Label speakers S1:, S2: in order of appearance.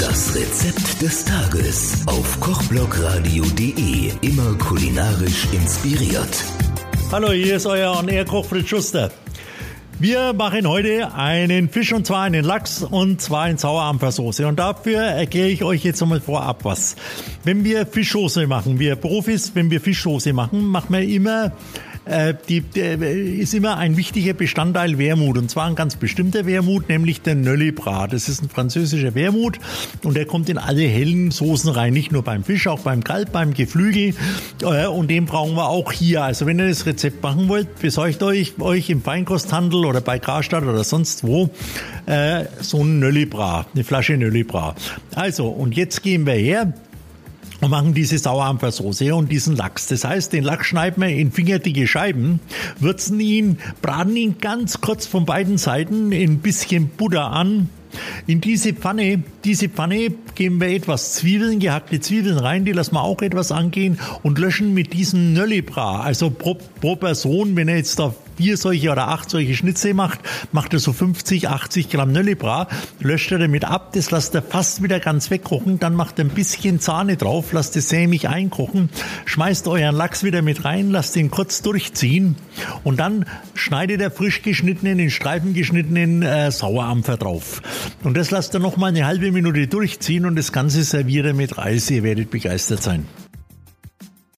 S1: Das Rezept des Tages auf kochblogradio.de. Immer kulinarisch inspiriert.
S2: Hallo, hier ist euer On-Air-Koch Fritz Schuster. Wir machen heute einen Fisch, und zwar einen Lachs, und zwar in Sauerampfersoße. Und dafür erkläre ich euch jetzt einmal vorab was. Wenn wir Fischsoße machen, wir Profis, wenn wir Fischsoße machen, machen wir immer ist immer ein wichtiger Bestandteil Wermut, und zwar ein ganz bestimmter Wermut, nämlich der Nöllebrat. Das ist ein französischer Wermut und der kommt in alle hellen Soßen rein, nicht nur beim Fisch, auch beim Kalb, beim Geflügel, und den brauchen wir auch hier. Also wenn ihr das Rezept machen wollt, besorgt euch im Feinkosthandel oder bei Karstadt oder sonst wo so ein Nöllebrat, eine Flasche Nöllebrat. Also, und jetzt gehen wir her und machen diese Sauerampfersoße und diesen Lachs. Das heißt, den Lachs schneiden wir in fingerdicke Scheiben, würzen ihn, braten ihn ganz kurz von beiden Seiten in ein bisschen Butter an. In diese Pfanne geben wir etwas Zwiebeln, gehackte Zwiebeln rein, die lassen wir auch etwas angehen und löschen mit diesem Nöllebrat. Also pro Person, wenn ihr jetzt da 4 solche oder 8 solche Schnitzel macht er so 50, 80 Gramm Nöllebrat, löscht er damit ab, das lasst er fast wieder ganz wegkochen, dann macht er ein bisschen Sahne drauf, lasst es sämig einkochen, schmeißt euren Lachs wieder mit rein, lasst ihn kurz durchziehen und dann schneidet er frisch geschnittenen, in Streifen geschnittenen Sauerampfer drauf. Und das lasst er nochmal eine halbe Minute durchziehen und das Ganze serviert er mit Reis, ihr werdet begeistert sein.